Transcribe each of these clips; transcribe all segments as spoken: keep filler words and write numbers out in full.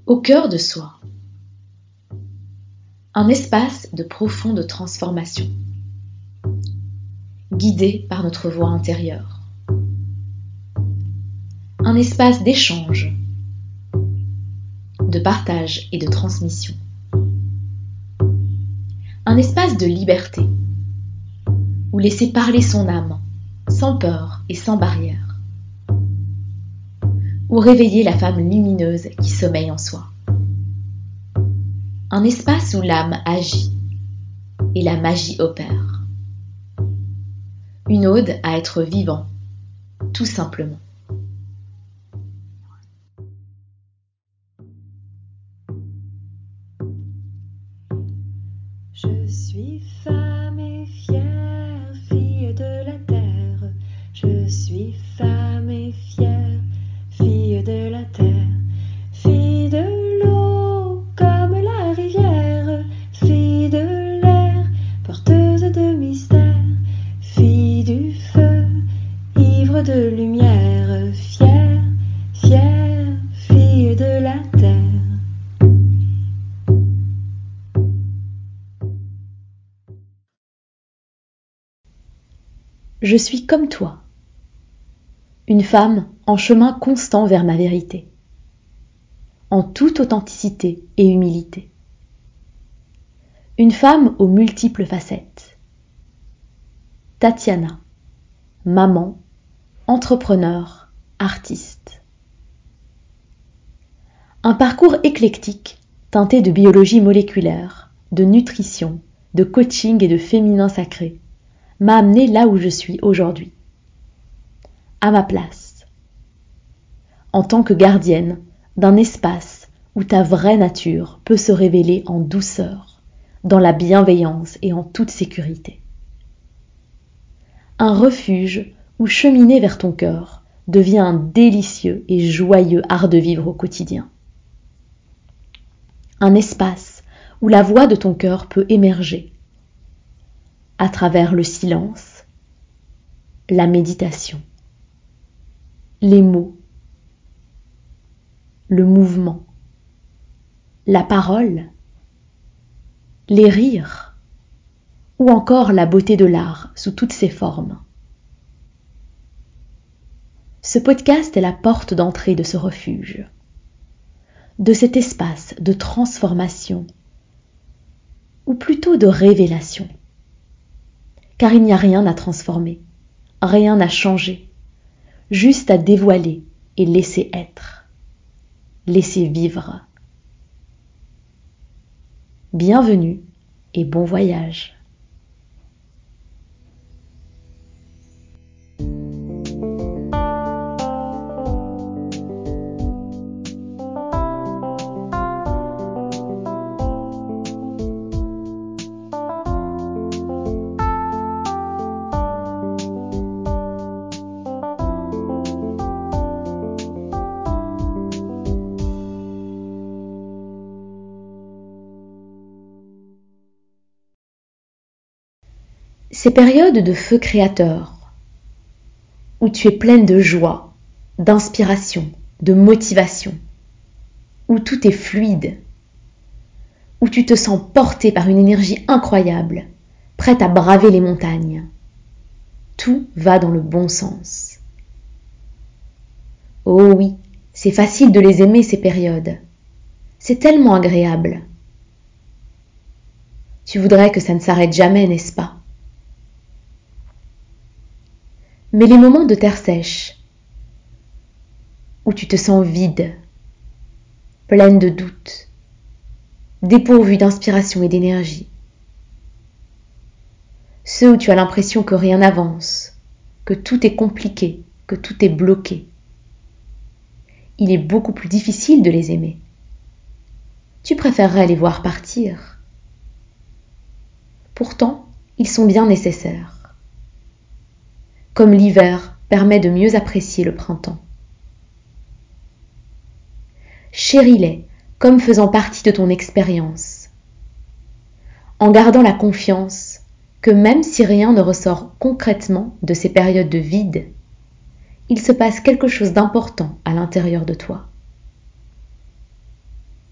Au cœur de soi, un espace de profonde transformation, guidé par notre voix intérieure. Un espace d'échange, de partage et de transmission. Un espace de liberté, où laisser parler son âme, sans peur et sans barrière. Où réveiller la femme lumineuse qui sommeille en soi. Un espace où l'âme agit et la magie opère. Une ode à être vivant, tout simplement. Je suis femme et fière, fille de la terre. Je suis femme et fière, fille de la terre. Fille de l'eau comme la rivière, fille de l'air, porteuse de mystère. Fille du feu, ivre de lumière, fière, fière, fille de la terre. Je suis comme toi, une femme en chemin constant vers ma vérité, en toute authenticité et humilité. Une femme aux multiples facettes. Tatiana, maman, entrepreneur, artiste. Un parcours éclectique, teinté de biologie moléculaire, de nutrition, de coaching et de féminin sacré, m'a amené là où je suis aujourd'hui. À ma place. En tant que gardienne d'un espace où ta vraie nature peut se révéler en douceur, dans la bienveillance et en toute sécurité. Un refuge où cheminer vers ton cœur devient un délicieux et joyeux art de vivre au quotidien. Un espace où la voix de ton cœur peut émerger à travers le silence, la méditation, les mots, le mouvement, la parole, les rires, ou encore la beauté de l'art sous toutes ses formes. Ce podcast est la porte d'entrée de ce refuge, de cet espace de transformation, ou plutôt de révélation. Car il n'y a rien à transformer, rien à changer, juste à dévoiler et laisser être, laisser vivre. Bienvenue et bon voyage. Ces périodes de feu créateur, où tu es pleine de joie, d'inspiration, de motivation, où tout est fluide, où tu te sens portée par une énergie incroyable, prête à braver les montagnes. Tout va dans le bon sens. Oh oui, c'est facile de les aimer ces périodes. C'est tellement agréable. Tu voudrais que ça ne s'arrête jamais, n'est-ce pas ? Mais les moments de terre sèche, où tu te sens vide, pleine de doutes, dépourvue d'inspiration et d'énergie, ceux où tu as l'impression que rien n'avance, que tout est compliqué, que tout est bloqué, il est beaucoup plus difficile de les aimer. Tu préférerais les voir partir. Pourtant, ils sont bien nécessaires. Comme l'hiver permet de mieux apprécier le printemps. Chéris-les comme faisant partie de ton expérience, en gardant la confiance que même si rien ne ressort concrètement de ces périodes de vide, il se passe quelque chose d'important à l'intérieur de toi.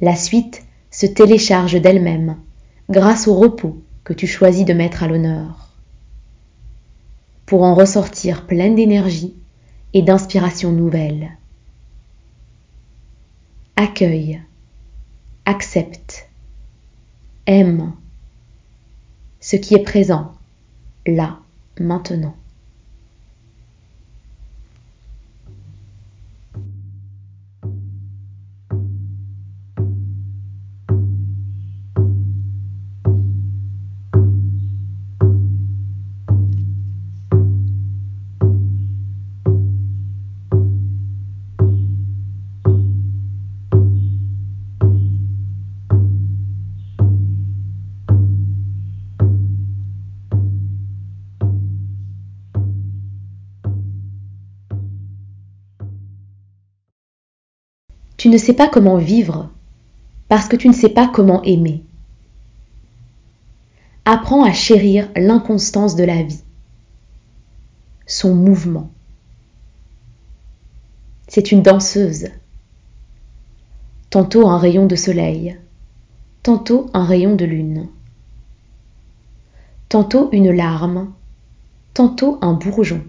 La suite se télécharge d'elle-même grâce au repos que tu choisis de mettre à l'honneur, pour en ressortir pleine d'énergie et d'inspiration nouvelle. Accueille, accepte, aime ce qui est présent, là, maintenant. Tu ne sais pas comment vivre parce que tu ne sais pas comment aimer. Apprends à chérir l'inconstance de la vie, son mouvement. C'est une danseuse. Tantôt un rayon de soleil, tantôt un rayon de lune. Tantôt une larme, tantôt un bourgeon.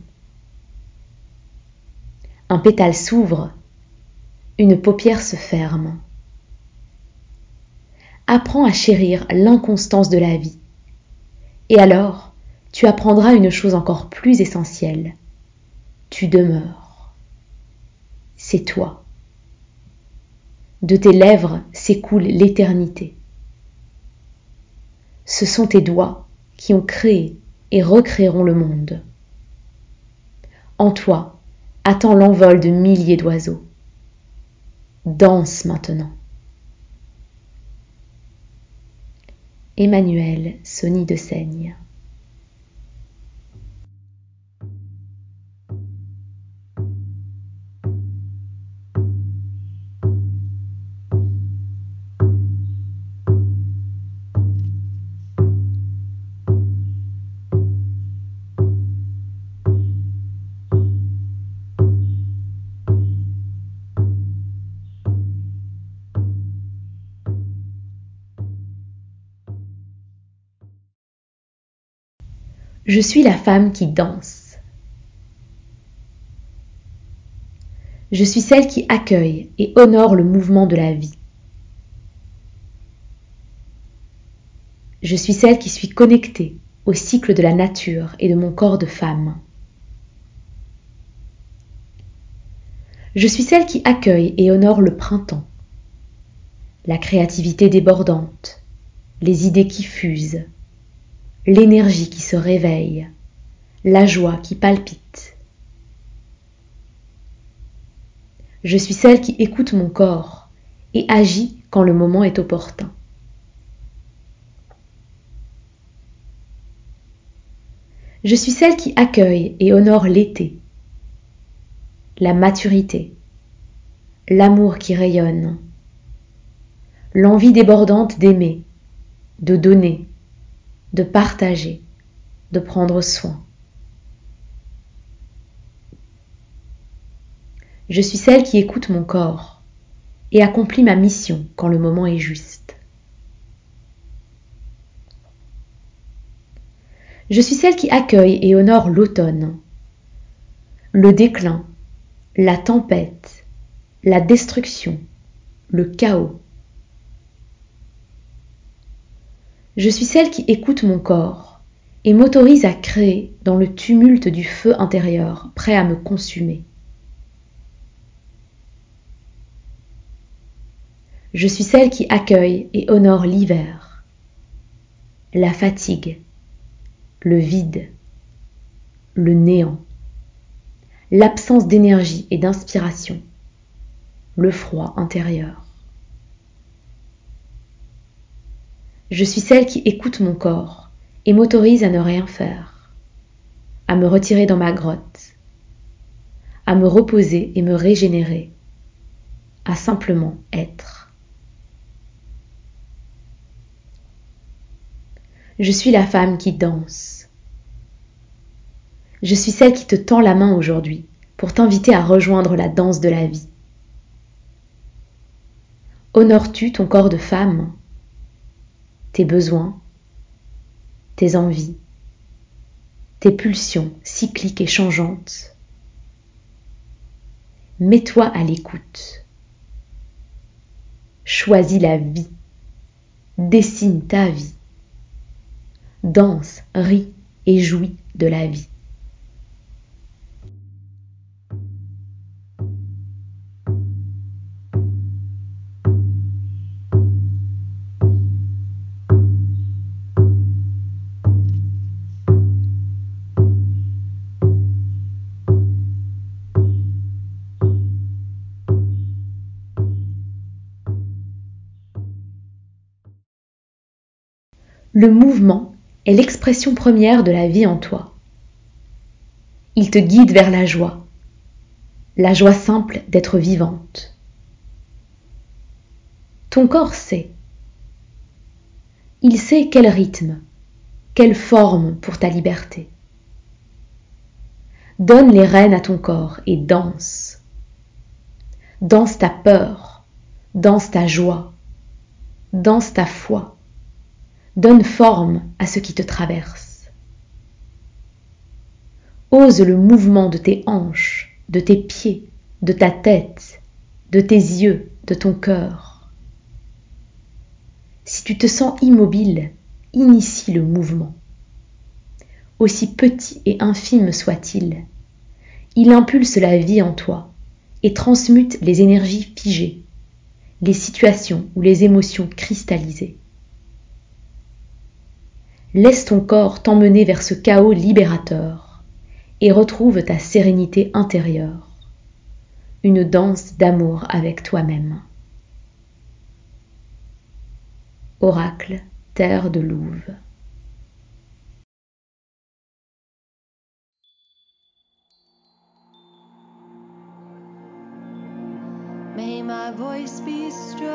Un pétale s'ouvre, une paupière se ferme. Apprends à chérir l'inconstance de la vie. Et alors, tu apprendras une chose encore plus essentielle. Tu demeures. C'est toi. De tes lèvres s'écoule l'éternité. Ce sont tes doigts qui ont créé et recréeront le monde. En toi, attend l'envol de milliers d'oiseaux. Danse maintenant. Emmanuel Sony de Seigne. Je suis la femme qui danse. Je suis celle qui accueille et honore le mouvement de la vie. Je suis celle qui suis connectée au cycle de la nature et de mon corps de femme. Je suis celle qui accueille et honore le printemps, la créativité débordante, les idées qui fusent, l'énergie qui se réveille, la joie qui palpite. Je suis celle qui écoute mon corps et agit quand le moment est opportun. Je suis celle qui accueille et honore l'été, la maturité, l'amour qui rayonne, l'envie débordante d'aimer, de donner, de partager, de prendre soin. Je suis celle qui écoute mon corps et accomplit ma mission quand le moment est juste. Je suis celle qui accueille et honore l'automne, le déclin, la tempête, la destruction, le chaos. Je suis celle qui écoute mon corps et m'autorise à créer dans le tumulte du feu intérieur, prêt à me consumer. Je suis celle qui accueille et honore l'hiver, la fatigue, le vide, le néant, l'absence d'énergie et d'inspiration, le froid intérieur. Je suis celle qui écoute mon corps et m'autorise à ne rien faire, à me retirer dans ma grotte, à me reposer et me régénérer, à simplement être. Je suis la femme qui danse. Je suis celle qui te tend la main aujourd'hui pour t'inviter à rejoindre la danse de la vie. Honores-tu ton corps de femme, tes besoins, tes envies, tes pulsions cycliques et changeantes? Mets-toi à l'écoute. Choisis la vie. Dessine ta vie. Danse, ris et jouis de la vie. Le mouvement est l'expression première de la vie en toi. Il te guide vers la joie, la joie simple d'être vivante. Ton corps sait. Il sait quel rythme, quelle forme pour ta liberté. Donne les rênes à ton corps et danse. Danse ta peur, danse ta joie, danse ta foi. Donne forme à ce qui te traverse. Ose le mouvement de tes hanches, de tes pieds, de ta tête, de tes yeux, de ton cœur. Si tu te sens immobile, initie le mouvement. Aussi petit et infime soit-il, il impulse la vie en toi et transmute les énergies figées, les situations ou les émotions cristallisées. Laisse ton corps t'emmener vers ce chaos libérateur et retrouve ta sérénité intérieure, une danse d'amour avec toi-même. Oracle, terre de louve. May my voice be strong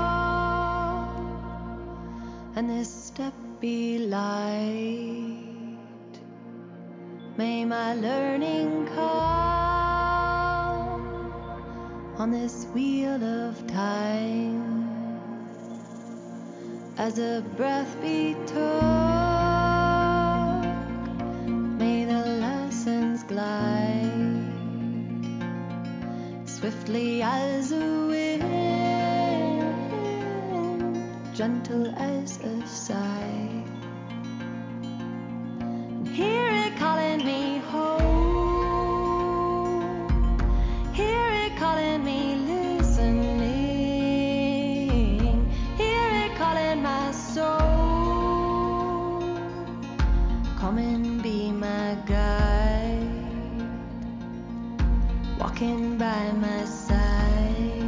and this step be light. May my learning come on this wheel of time. As a breath be took, may the lessons glide swiftly as a wind, gentle as a sigh. And hear it calling me home, hear it calling me listening, hear it calling my soul. Come and be my guide, walking by my side.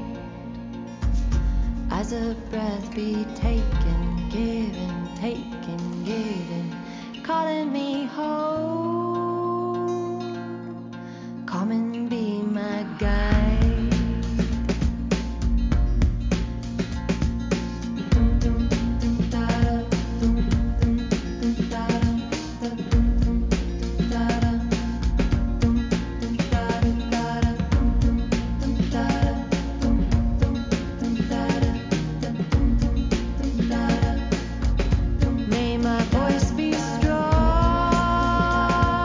As a breath be taken, given, taken, given, calling me home. Come and be my guide. May my voice be strong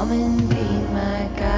Come and be my guide.